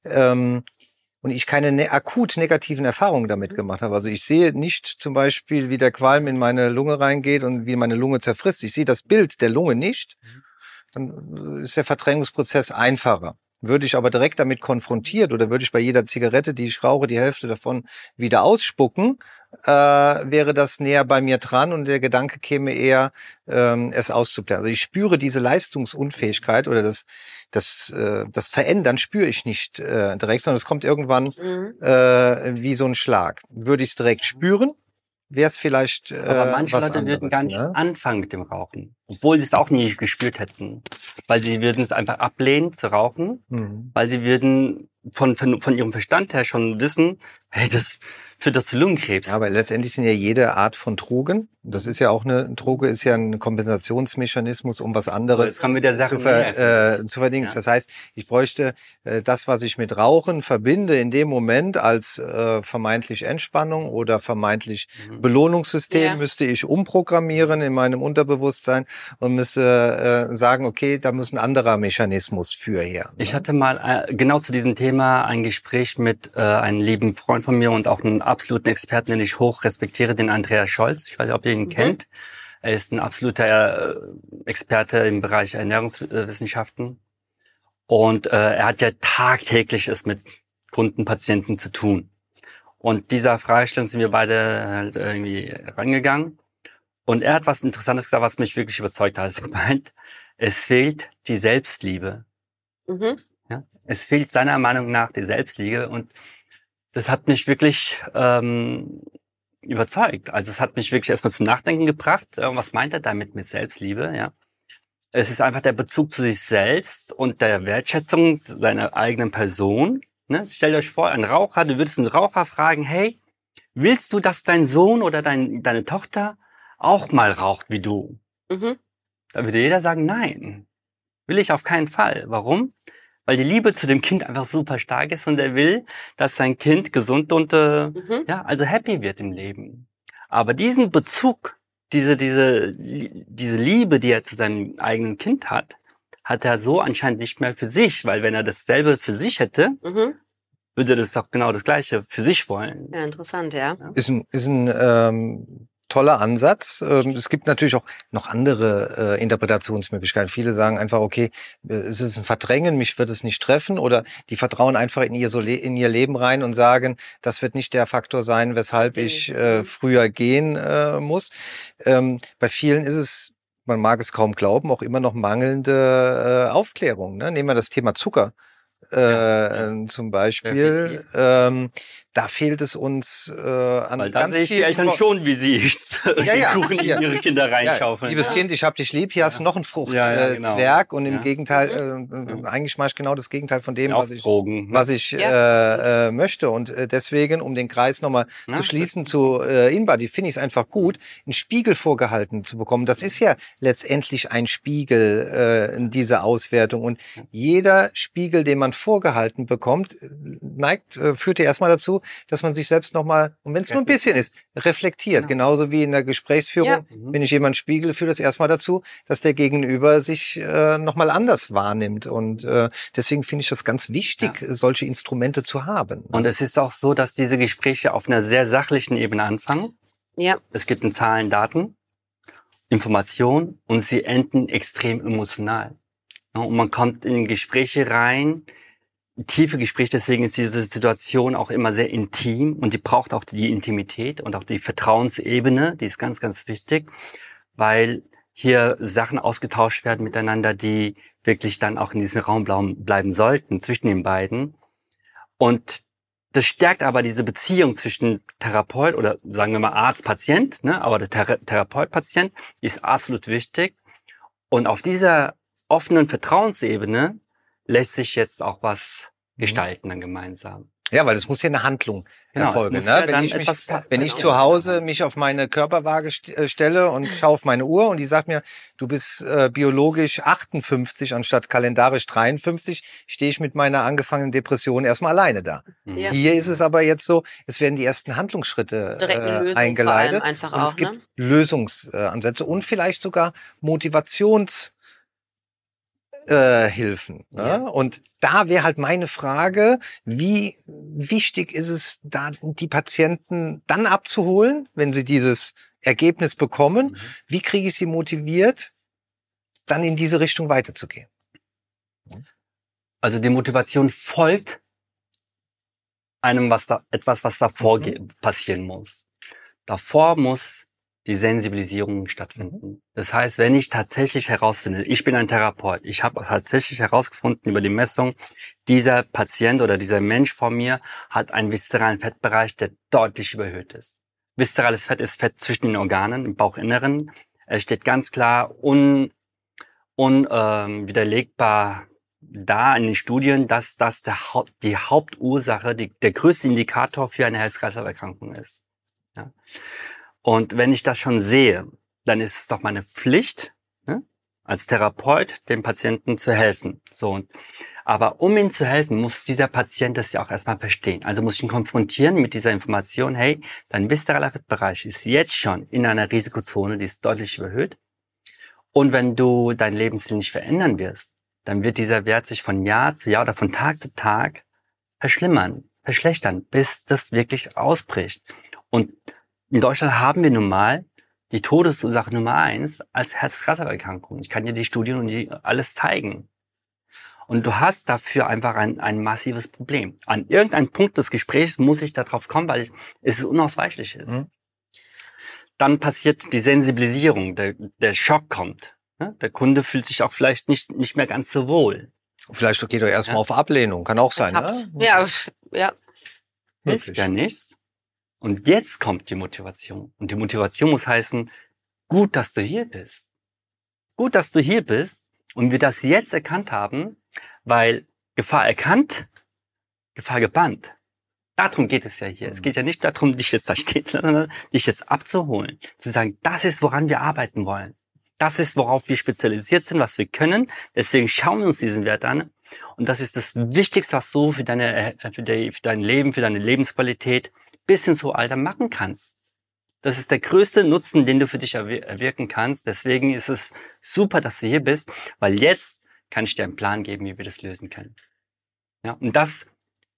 und ich keine akut negativen Erfahrungen damit gemacht habe. Also ich sehe nicht zum Beispiel, wie der Qualm in meine Lunge reingeht und wie meine Lunge zerfrisst. Ich sehe das Bild der Lunge nicht. Dann ist der Verdrängungsprozess einfacher. Würde ich aber direkt damit konfrontiert oder würde ich bei jeder Zigarette, die ich rauche, die Hälfte davon wieder ausspucken, wäre das näher bei mir dran und der Gedanke käme eher, es auszublenden. Also ich spüre diese Leistungsunfähigkeit oder das Verändern spüre ich nicht direkt, sondern es kommt irgendwann wie so ein Schlag. Würde ich es direkt spüren, wäre es vielleicht aber manche was Leute anderes, würden gar nicht anfangen mit dem Rauchen, obwohl sie es auch nie gespürt hätten, weil sie würden es einfach ablehnen zu rauchen, weil sie würden von ihrem Verstand her schon wissen, hey, das führt doch zu Lungenkrebs. Ja, aber letztendlich sind ja jede Art von Drogen, das ist ja auch eine Droge, ist ja ein Kompensationsmechanismus, um was anderes das kann mit der Sache zu verdienen. Ja. Das heißt, ich bräuchte das, was ich mit Rauchen verbinde, in dem Moment als vermeintlich Entspannung oder vermeintlich Belohnungssystem, müsste ich umprogrammieren in meinem Unterbewusstsein und müsste sagen, okay, da muss ein anderer Mechanismus für her. Ich hatte mal genau zu diesem Thema ein Gespräch mit einem lieben Freund von mir und auch einem absoluten Experten, den ich hoch respektiere, den Andreas Scholz. Ich weiß nicht, ob ihr ihn kennt. Er ist ein absoluter Experte im Bereich Ernährungswissenschaften. Und er hat ja tagtäglich es mit Kunden, Patienten zu tun. Und dieser Fragestellung sind wir beide halt irgendwie rangegangen. Und er hat was Interessantes gesagt, was mich wirklich überzeugt hat. Er hat gemeint, es fehlt die Selbstliebe. Ja? Es fehlt seiner Meinung nach die Selbstliebe und das hat mich wirklich überzeugt. Also es hat mich wirklich erstmal zum Nachdenken gebracht. Was meint er damit mit Selbstliebe? Ja, es ist einfach der Bezug zu sich selbst und der Wertschätzung seiner eigenen Person. Ne? Stellt euch vor, ein Raucher, du würdest einen Raucher fragen, hey, willst du, dass dein Sohn oder deine Tochter auch mal raucht wie du? Da würde jeder sagen, nein, will ich auf keinen Fall. Warum? Weil die Liebe zu dem Kind einfach super stark ist und er will, dass sein Kind gesund und also happy wird im Leben. Aber diesen Bezug, diese Liebe, die er zu seinem eigenen Kind hat er so anscheinend nicht mehr für sich, weil wenn er dasselbe für sich hätte, würde er das doch genau das Gleiche für sich wollen. Ja, interessant, ja. Ist ein toller Ansatz. Es gibt natürlich auch noch andere Interpretationsmöglichkeiten. Viele sagen einfach, okay, es ist ein Verdrängen, mich wird es nicht treffen, oder die vertrauen einfach in ihr Leben rein und sagen, das wird nicht der Faktor sein, weshalb ich früher gehen muss. Bei vielen ist es, man mag es kaum glauben, auch immer noch mangelnde Aufklärung. Ne? Nehmen wir das Thema Zucker. zum Beispiel. Da fehlt es uns an Weil da ganz sehe ich die Eltern schon, wie sie den Kuchen in ihre Kinder reinschaufeln. Liebes Kind, ich hab dich lieb, hier hast du noch einen Fruchtzwerg und im Gegenteil, eigentlich mache ich genau das Gegenteil von dem, was ich möchte. Und deswegen, um den Kreis nochmal zu schließen zu InBody, finde ich es einfach gut, einen Spiegel vorgehalten zu bekommen. Das ist ja letztendlich ein Spiegel, diese Auswertung. Und jeder Spiegel, den man vorgehalten bekommt, führt ja erstmal dazu, dass man sich selbst nochmal, und wenn es nur ein bisschen ist, reflektiert. Genauso wie in der Gesprächsführung, wenn ich jemanden spiegel, führt das erstmal dazu, dass der Gegenüber sich nochmal anders wahrnimmt. Und deswegen finde ich das ganz wichtig, solche Instrumente zu haben. Und es ist auch so, dass diese Gespräche auf einer sehr sachlichen Ebene anfangen. Ja. Es gibt Zahlen, Daten, Informationen und sie enden extrem emotional. Und man kommt in Gespräche rein, tiefe Gespräche, deswegen ist diese Situation auch immer sehr intim und die braucht auch die Intimität und auch die Vertrauensebene, die ist ganz, ganz wichtig, weil hier Sachen ausgetauscht werden miteinander, die wirklich dann auch in diesem Raum bleiben sollten zwischen den beiden. Und das stärkt aber diese Beziehung zwischen Therapeut oder sagen wir mal Arzt-Patient, ne? Aber der Therapeut-Patient ist absolut wichtig. Und auf dieser offenen Vertrauensebene lässt sich jetzt auch was gestalten dann gemeinsam. Ja, weil es muss ja eine Handlung erfolgen. Ne? Wenn ich zu Hause mich auf meine Körperwaage stelle und schaue auf meine Uhr und die sagt mir, du bist biologisch 58 anstatt kalendarisch 53, stehe ich mit meiner angefangenen Depression erstmal alleine da. Ja. Hier ist es aber jetzt so, es werden die ersten Handlungsschritte eingeleitet. Einfach und auch, es gibt Lösungsansätze und vielleicht sogar Hilfen. Ne? Ja. Und da wäre halt meine Frage, wie wichtig ist es, da die Patienten dann abzuholen, wenn sie dieses Ergebnis bekommen? Wie kriege ich sie motiviert, dann in diese Richtung weiterzugehen? Also die Motivation folgt einem, was davor passieren muss. Davor muss die Sensibilisierung stattfinden. Das heißt, wenn ich tatsächlich herausfinde, ich bin ein Therapeut, ich habe tatsächlich herausgefunden über die Messung, dieser Patient oder dieser Mensch vor mir hat einen viszeralen Fettbereich, der deutlich überhöht ist. Viszerales Fett ist Fett zwischen den Organen, im Bauchinneren. Es steht ganz klar widerlegbar da in den Studien, dass das die Hauptursache, der größte Indikator für eine Herz-Kreislauf-Erkrankung ist. Ja. Und wenn ich das schon sehe, dann ist es doch meine Pflicht, ne, als Therapeut dem Patienten zu helfen. So. Aber um ihm zu helfen, muss dieser Patient das ja auch erstmal verstehen. Also muss ich ihn konfrontieren mit dieser Information, hey, dein viszeraler Fettbereich ist jetzt schon in einer Risikozone, die ist deutlich überhöht. Und wenn du deinen Lebensstil nicht verändern wirst, dann wird dieser Wert sich von Jahr zu Jahr oder von Tag zu Tag verschlechtern, bis das wirklich ausbricht. Und in Deutschland haben wir nun mal die Todesursache Nummer 1 als Herz-Kreislauf-Erkrankung. Ich kann dir die Studien und alles zeigen. Und du hast dafür einfach ein massives Problem. An irgendeinem Punkt des Gesprächs muss ich darauf kommen, weil es unausweichlich ist. Dann passiert die Sensibilisierung, der Schock kommt. Der Kunde fühlt sich auch vielleicht nicht mehr ganz so wohl. Vielleicht geht er erstmal auf Ablehnung, kann auch sein. Ne? Ja. Hilft ja nichts. Und jetzt kommt die Motivation. Und die Motivation muss heißen, gut, dass du hier bist. Gut, dass du hier bist und wir das jetzt erkannt haben, weil Gefahr erkannt, Gefahr gebannt. Darum geht es ja hier. Es geht ja nicht darum, dich jetzt da stehen zu lassen, sondern dich jetzt abzuholen. Zu sagen, das ist, woran wir arbeiten wollen. Das ist, worauf wir spezialisiert sind, was wir können. Deswegen schauen wir uns diesen Wert an. Und das ist das Wichtigste, was du für dein Leben, für deine Lebensqualität bis ins hohe Alter machen kannst. Das ist der größte Nutzen, den du für dich erwirken kannst. Deswegen ist es super, dass du hier bist, weil jetzt kann ich dir einen Plan geben, wie wir das lösen können. Ja, und das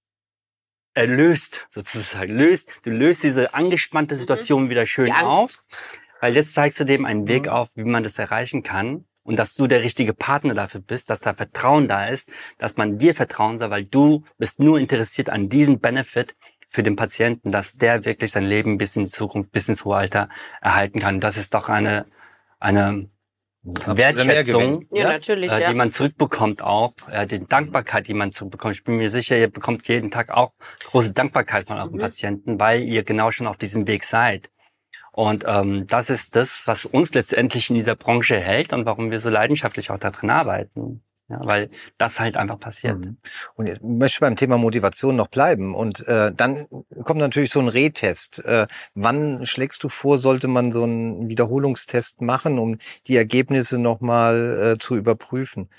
löst du löst diese angespannte Situation wieder schön auf, weil jetzt zeigst du dem einen Weg auf, wie man das erreichen kann und dass du der richtige Partner dafür bist, dass da Vertrauen da ist, dass man dir vertrauen soll, weil du bist nur interessiert an diesem Benefit für den Patienten, dass der wirklich sein Leben bis in die Zukunft, bis ins hohe Alter erhalten kann. Das ist doch eine Wertschätzung, Ja, natürlich, ja. die man zurückbekommt auch, die Dankbarkeit, die man zurückbekommt. Ich bin mir sicher, ihr bekommt jeden Tag auch große Dankbarkeit von euren Patienten, weil ihr genau schon auf diesem Weg seid. Und das ist das, was uns letztendlich in dieser Branche hält und warum wir so leidenschaftlich auch da drin arbeiten. Ja, weil das halt einfach passiert. Und jetzt möchte ich beim Thema Motivation noch bleiben. Und dann kommt natürlich so ein Rehtest. Wann schlägst du vor, sollte man so einen Wiederholungstest machen, um die Ergebnisse nochmal zu überprüfen?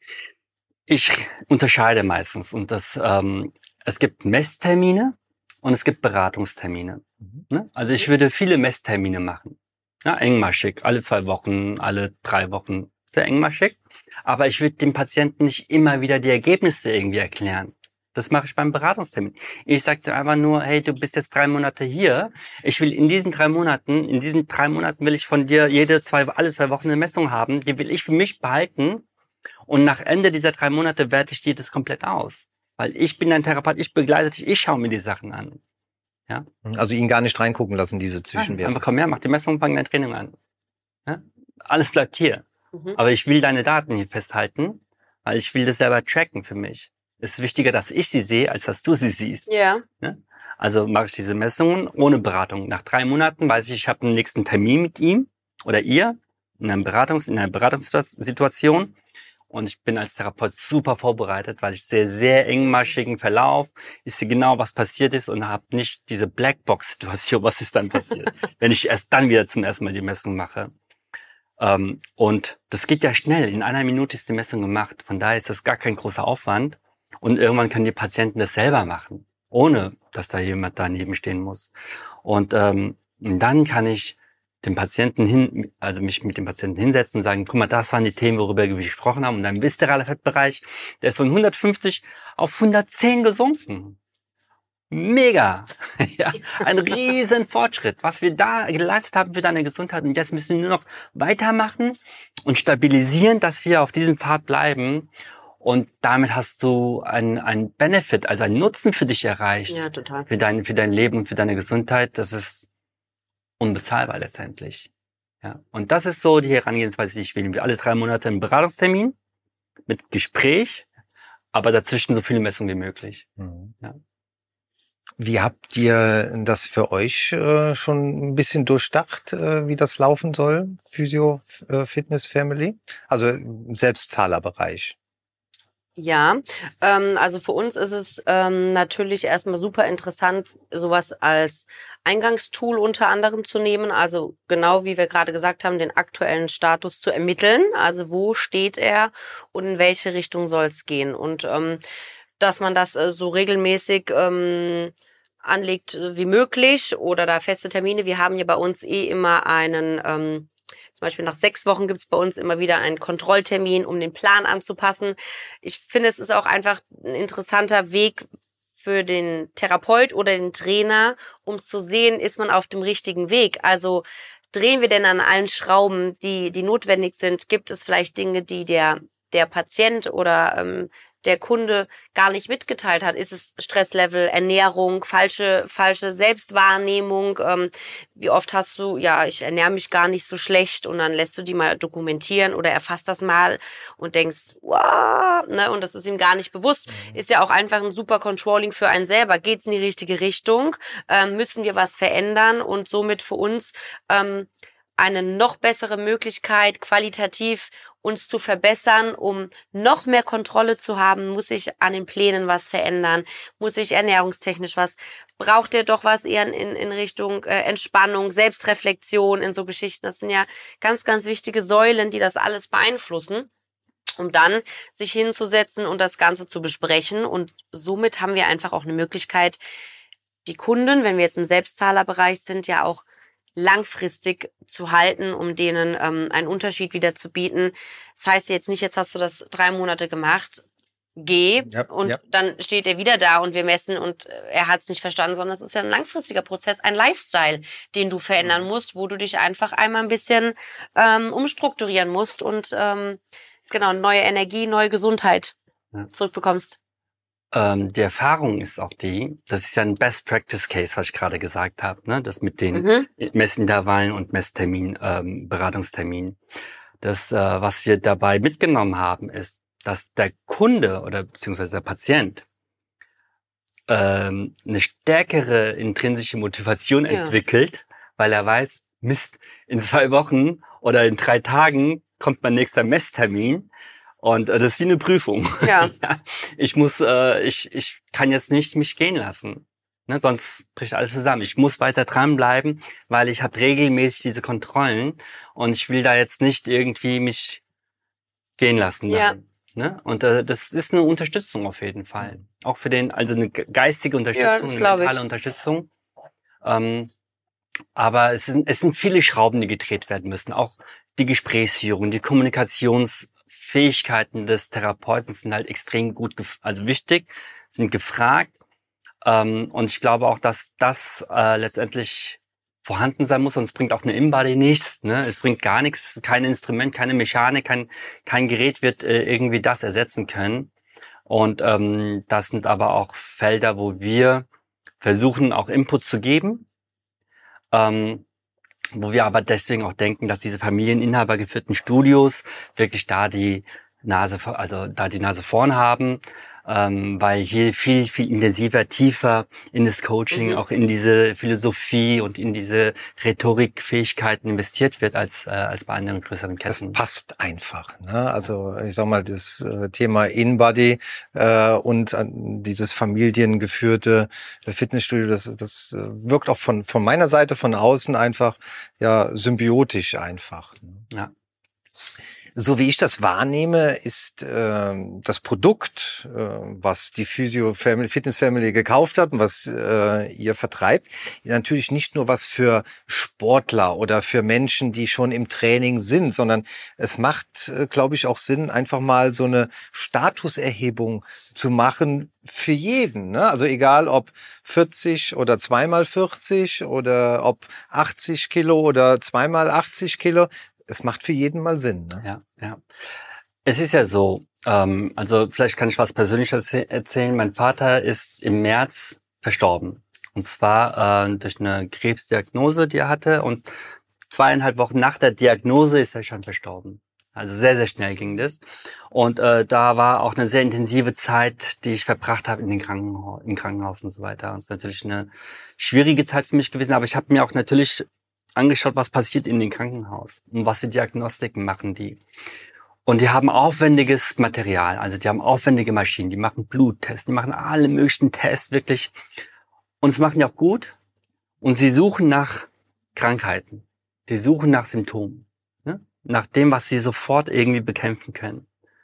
Ich unterscheide meistens. Und es gibt Messtermine und es gibt Beratungstermine. Ne? Also ich würde viele Messtermine machen. Ja, engmaschig, alle 2 Wochen, alle 3 Wochen. Sehr engmaschig. Aber ich würde dem Patienten nicht immer wieder die Ergebnisse irgendwie erklären. Das mache ich beim Beratungstermin. Ich sage dir einfach nur, hey, du bist jetzt 3 Monate hier. Ich will in diesen 3 Monaten will ich von dir alle 2 Wochen eine Messung haben. Die will ich für mich behalten. Und nach Ende dieser 3 Monate werte ich dir das komplett aus. Weil ich bin dein Therapeut, ich begleite dich, ich schaue mir die Sachen an. Ja? Also ihn gar nicht reingucken lassen, diese Zwischenwerte. Einfach komm her, mach die Messung, fang dein Training an. Ja? Alles bleibt hier. Aber ich will deine Daten hier festhalten, weil ich will das selber tracken für mich. Es ist wichtiger, dass ich sie sehe, als dass du sie siehst. Ja. Ne? Also mache ich diese Messungen ohne Beratung. Nach 3 Monaten weiß ich habe einen nächsten Termin mit ihm oder ihr in einer Beratungssituation. Und ich bin als Therapeut super vorbereitet, weil ich sehr, sehr engmaschigen Verlauf. Ich sehe genau, was passiert ist und habe nicht diese Blackbox-Situation, was ist dann passiert, wenn ich erst dann wieder zum ersten Mal die Messung mache. Und das geht ja schnell. In 1 Minute ist die Messung gemacht. Von daher ist das gar kein großer Aufwand. Und irgendwann können die Patienten das selber machen, ohne dass da jemand daneben stehen muss. Und dann kann ich mich mit dem Patienten hinsetzen und sagen, guck mal, das waren die Themen, worüber wir gesprochen haben. Und dein viszeraler Fettbereich, der ist von 150 auf 110 gesunken. Mega! Ja, ein riesen Fortschritt, was wir da geleistet haben für deine Gesundheit. Und jetzt müssen wir nur noch weitermachen und stabilisieren, dass wir auf diesem Pfad bleiben. Und damit hast du ein Benefit, also einen Nutzen für dich erreicht. Ja, total. Für dein Leben und für deine Gesundheit. Das ist unbezahlbar letztendlich. Ja. Und das ist so die Herangehensweise, die ich wähle. Wir alle 3 Monate einen Beratungstermin mit Gespräch, aber dazwischen so viele Messungen wie möglich. Ja. Wie habt ihr das für euch schon ein bisschen durchdacht, wie das laufen soll? Physio Fitness Family? Also Selbstzahlerbereich. Ja, also für uns ist es natürlich erstmal super interessant, sowas als Eingangstool unter anderem zu nehmen. Also genau wie wir gerade gesagt haben, den aktuellen Status zu ermitteln. Also wo steht er und in welche Richtung soll es gehen? Und dass man das so regelmäßig anlegt wie möglich oder da feste Termine. Wir haben ja bei uns immer einen, zum Beispiel nach 6 Wochen gibt's bei uns immer wieder einen Kontrolltermin, um den Plan anzupassen. Ich finde, es ist auch einfach ein interessanter Weg für den Therapeut oder den Trainer, um zu sehen, ist man auf dem richtigen Weg. Also drehen wir denn an allen Schrauben, die notwendig sind? Gibt es vielleicht Dinge, die der Patient oder der Kunde gar nicht mitgeteilt hat? Ist es Stresslevel, Ernährung, falsche Selbstwahrnehmung? Wie oft hast du, ja, ich ernähre mich gar nicht so schlecht und dann lässt du die mal dokumentieren oder erfasst das mal und denkst, wow, ne, und das ist ihm gar nicht bewusst. Ist ja auch einfach ein super Controlling für einen selber. Geht's in die richtige Richtung? Müssen wir was verändern? Und somit für uns eine noch bessere Möglichkeit, qualitativ uns zu verbessern, um noch mehr Kontrolle zu haben, muss ich an den Plänen was verändern, muss ich ernährungstechnisch was, braucht der doch was eher in Richtung Entspannung, Selbstreflexion, in so Geschichten. Das sind ja ganz, ganz wichtige Säulen, die das alles beeinflussen, um dann sich hinzusetzen und das Ganze zu besprechen. Und somit haben wir einfach auch eine Möglichkeit, die Kunden, wenn wir jetzt im Selbstzahlerbereich sind, ja auch langfristig zu halten, um denen einen Unterschied wieder zu bieten. Das heißt jetzt nicht, jetzt hast du das 3 Monate gemacht, geh und dann steht er wieder da und wir messen und er hat es nicht verstanden, sondern es ist ja ein langfristiger Prozess, ein Lifestyle, den du verändern musst, wo du dich einfach einmal ein bisschen umstrukturieren musst und genau neue Energie, neue Gesundheit zurückbekommst. Die Erfahrung ist auch das ist ja ein Best-Practice-Case, was ich gerade gesagt habe, ne? Das mit den Messintervallen und Messtermin, Beratungstermin. was wir dabei mitgenommen haben, ist, dass der Kunde oder beziehungsweise der Patient eine stärkere intrinsische Motivation entwickelt, weil er weiß, Mist, in 2 Wochen oder in 3 Tagen kommt mein nächster Messtermin und das ist wie eine Prüfung. Ja. Ich kann jetzt nicht mich gehen lassen. Ne, sonst bricht alles zusammen. Ich muss weiter dranbleiben, weil ich habe regelmäßig diese Kontrollen und ich will da jetzt nicht irgendwie mich gehen lassen. Ja. Ne? Und das ist eine Unterstützung auf jeden Fall. Auch für also eine geistige Unterstützung, das eine mentale Unterstützung. Aber es sind viele Schrauben, die gedreht werden müssen. Auch die Gesprächsführung, die Kommunikationsfähigkeiten des Therapeuten sind halt extrem gut, also wichtig, sind gefragt. Und ich glaube auch, dass das letztendlich vorhanden sein muss, sonst bringt auch eine InBody nichts. Ne? Es bringt gar nichts, kein Instrument, keine Mechanik, kein Gerät wird irgendwie das ersetzen können. Und das sind aber auch Felder, wo wir versuchen, auch Input zu geben, wo wir aber deswegen auch denken, dass diese familieninhabergeführten Studios wirklich da die Nase vorn haben, weil hier viel, viel intensiver, tiefer in das Coaching, auch in diese Philosophie und in diese Rhetorikfähigkeiten investiert wird als bei anderen größeren Ketten. Das passt einfach. Ne? Also ich sag mal, das Thema InBody und dieses familiengeführte Fitnessstudio, das wirkt auch von meiner Seite, von außen einfach ja symbiotisch einfach. Ja. So wie ich das wahrnehme, ist das Produkt, was die Fitness Family gekauft hat und was ihr vertreibt, natürlich nicht nur was für Sportler oder für Menschen, die schon im Training sind, sondern es macht, glaube ich, auch Sinn, einfach mal so eine Statuserhebung zu machen für jeden. Ne? Also egal ob 40 oder 2x40 oder ob 80 Kilo oder 2x80 Kilo. Es macht für jeden mal Sinn. Ne? Ja. Es ist ja so, also vielleicht kann ich was Persönliches erzählen. Mein Vater ist im März verstorben. Und zwar durch eine Krebsdiagnose, die er hatte. Und 2,5 Wochen nach der Diagnose ist er schon verstorben. Also sehr, sehr schnell ging das. Und da war auch eine sehr intensive Zeit, die ich verbracht habe im Krankenhaus und so weiter. Und es ist natürlich eine schwierige Zeit für mich gewesen. Aber ich habe mir auch natürlich angeschaut, was passiert in dem Krankenhaus und was für Diagnostiken machen die. Und die haben aufwendiges Material, also die haben aufwendige Maschinen, die machen Bluttests, die machen alle möglichen Tests wirklich. Und es machen die auch gut. Und sie suchen nach Krankheiten. Die suchen nach Symptomen. Ne? Nach dem, was sie sofort irgendwie bekämpfen können.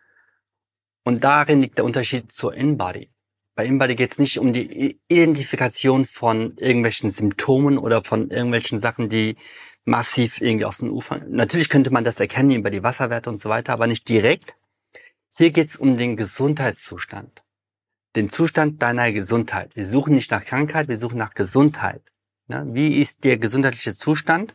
Und darin liegt der Unterschied zur InBody. Bei InBody geht es nicht um die Identifikation von irgendwelchen Symptomen oder von irgendwelchen Sachen, die massiv irgendwie aus den Ufern. Natürlich könnte man das erkennen über die Wasserwerte und so weiter, aber nicht direkt. Hier geht es um den Gesundheitszustand. Den Zustand deiner Gesundheit. Wir suchen nicht nach Krankheit, wir suchen nach Gesundheit. Ja, wie ist der gesundheitliche Zustand?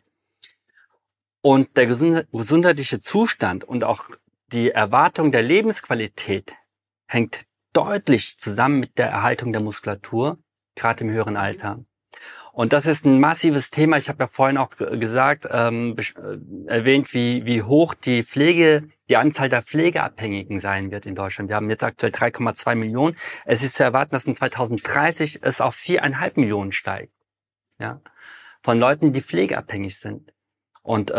Und der gesundheitliche Zustand und auch die Erwartung der Lebensqualität hängt deutlich zusammen mit der Erhaltung der Muskulatur, gerade im höheren Alter. Und das ist ein massives Thema. Ich habe ja vorhin auch gesagt, erwähnt, wie hoch die Anzahl der Pflegeabhängigen sein wird in Deutschland. Wir haben jetzt aktuell 3,2 Millionen. Es ist zu erwarten, dass in 2030 es auf 4,5 Millionen steigt. Ja, von Leuten, die pflegeabhängig sind. Und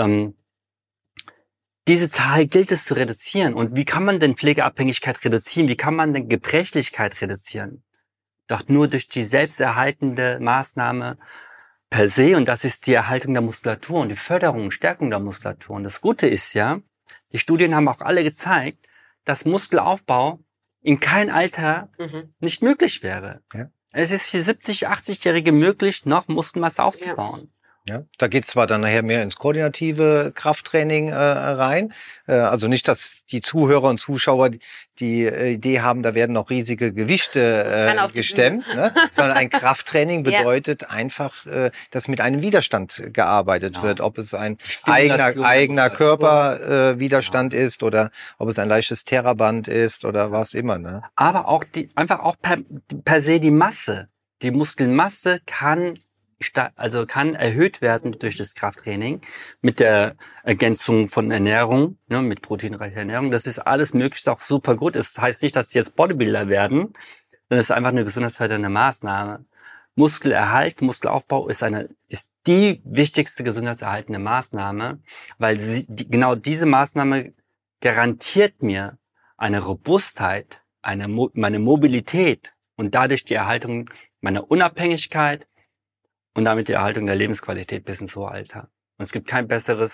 diese Zahl gilt es zu reduzieren. Und wie kann man denn Pflegeabhängigkeit reduzieren? Wie kann man denn Gebrechlichkeit reduzieren? Doch nur durch die selbsterhaltende Maßnahme per se. Und das ist die Erhaltung der Muskulatur und die Förderung und Stärkung der Muskulatur. Und das Gute ist ja, die Studien haben auch alle gezeigt, dass Muskelaufbau in keinem Alter nicht möglich wäre. Ja. Es ist für 70-, 80-Jährige möglich, noch Muskelmasse aufzubauen. Ja. Ja, da geht's zwar dann nachher mehr ins koordinative Krafttraining rein. Also nicht, dass die Zuhörer und Zuschauer die Idee haben, da werden noch riesige Gewichte gestemmt, ne? Sondern ein Krafttraining bedeutet einfach, dass mit einem Widerstand gearbeitet wird. Ob es ein eigener Körperwiderstand ist oder ob es ein leichtes Theraband ist oder was immer. Ne? Aber auch per se die Masse. Die Muskelmasse kann kann erhöht werden durch das Krafttraining mit der Ergänzung von Ernährung, ne, mit proteinreicher Ernährung. Das ist alles möglich, ist auch super gut. Es heißt nicht, dass sie jetzt Bodybuilder werden, sondern es ist einfach eine gesundheitsfördernde Maßnahme. Muskelerhalt, Muskelaufbau ist die wichtigste gesundheitserhaltende Maßnahme, weil genau diese Maßnahme garantiert mir eine Robustheit, meine Mobilität und dadurch die Erhaltung meiner Unabhängigkeit und damit die Erhaltung der Lebensqualität bis ins hohe Alter. Und es gibt keine bessere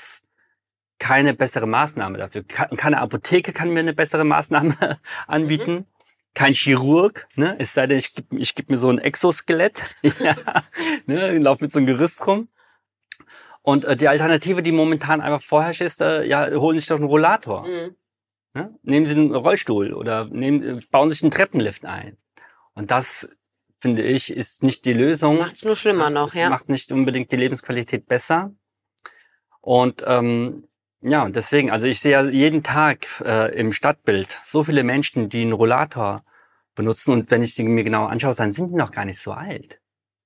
Maßnahme dafür. Keine Apotheke kann mir eine bessere Maßnahme anbieten. Kein Chirurg, ne? Es sei denn, ich geb mir so ein Exoskelett, ja, ne? Lauf mit so einem Gerüst rum. Und die Alternative, die momentan einfach vorherrscht, ist, holen Sie sich doch einen Rollator. Ne? Nehmen Sie einen Rollstuhl oder bauen sich einen Treppenlift ein. Und das, finde ich, ist nicht die Lösung. Macht's nur schlimmer noch, ja. Macht nicht unbedingt die Lebensqualität besser. Und und deswegen, also ich sehe ja jeden Tag im Stadtbild so viele Menschen, die einen Rollator benutzen. Und wenn ich sie mir genau anschaue, dann sind die noch gar nicht so alt.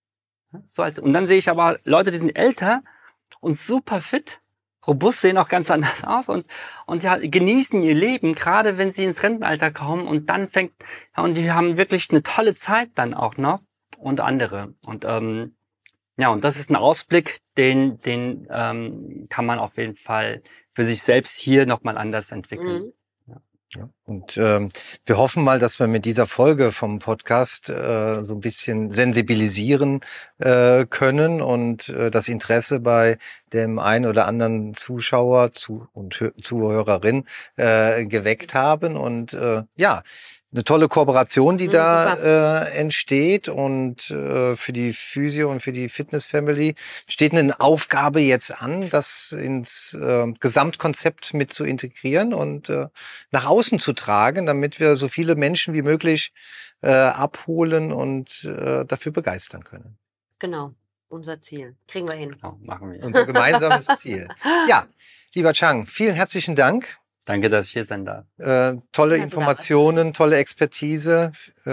Und dann sehe ich aber Leute, die sind älter und super fit, robust, sehen auch ganz anders aus und genießen ihr Leben, gerade wenn sie ins Rentenalter kommen und dann und die haben wirklich eine tolle Zeit dann auch noch und andere. Und und das ist ein Ausblick, den kann man auf jeden Fall für sich selbst hier nochmal anders entwickeln. Ja. Und wir hoffen mal, dass wir mit dieser Folge vom Podcast so ein bisschen sensibilisieren können und das Interesse bei dem einen oder anderen Zuschauer und Zuhörerin geweckt haben. Und eine tolle Kooperation, die da entsteht. Und für die Physio und für die Fitness Family steht eine Aufgabe jetzt an, das ins Gesamtkonzept mit zu integrieren und nach außen zu tragen, damit wir so viele Menschen wie möglich abholen und dafür begeistern können. Genau, unser Ziel. Kriegen wir hin. Genau, machen wir. Unser gemeinsames Ziel. Ja, lieber Chang, vielen herzlichen Dank. Danke, dass ich hier sein darf. Tolle Informationen, tolle Expertise.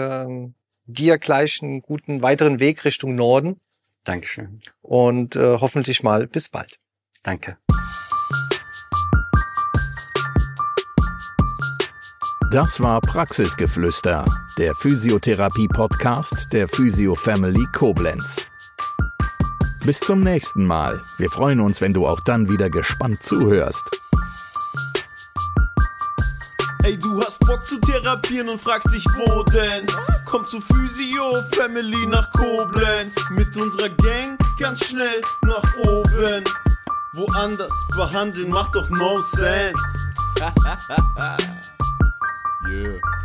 Dir gleich einen guten weiteren Weg Richtung Norden. Dankeschön. Und hoffentlich mal bis bald. Danke. Das war Praxisgeflüster, der Physiotherapie-Podcast der Physio Family Koblenz. Bis zum nächsten Mal. Wir freuen uns, wenn du auch dann wieder gespannt zuhörst. Ey, du hast Bock zu therapieren und fragst dich, wo denn? Komm zu Physio Family nach Koblenz. Mit unserer Gang ganz schnell nach oben. Woanders behandeln macht doch no sense. Yeah.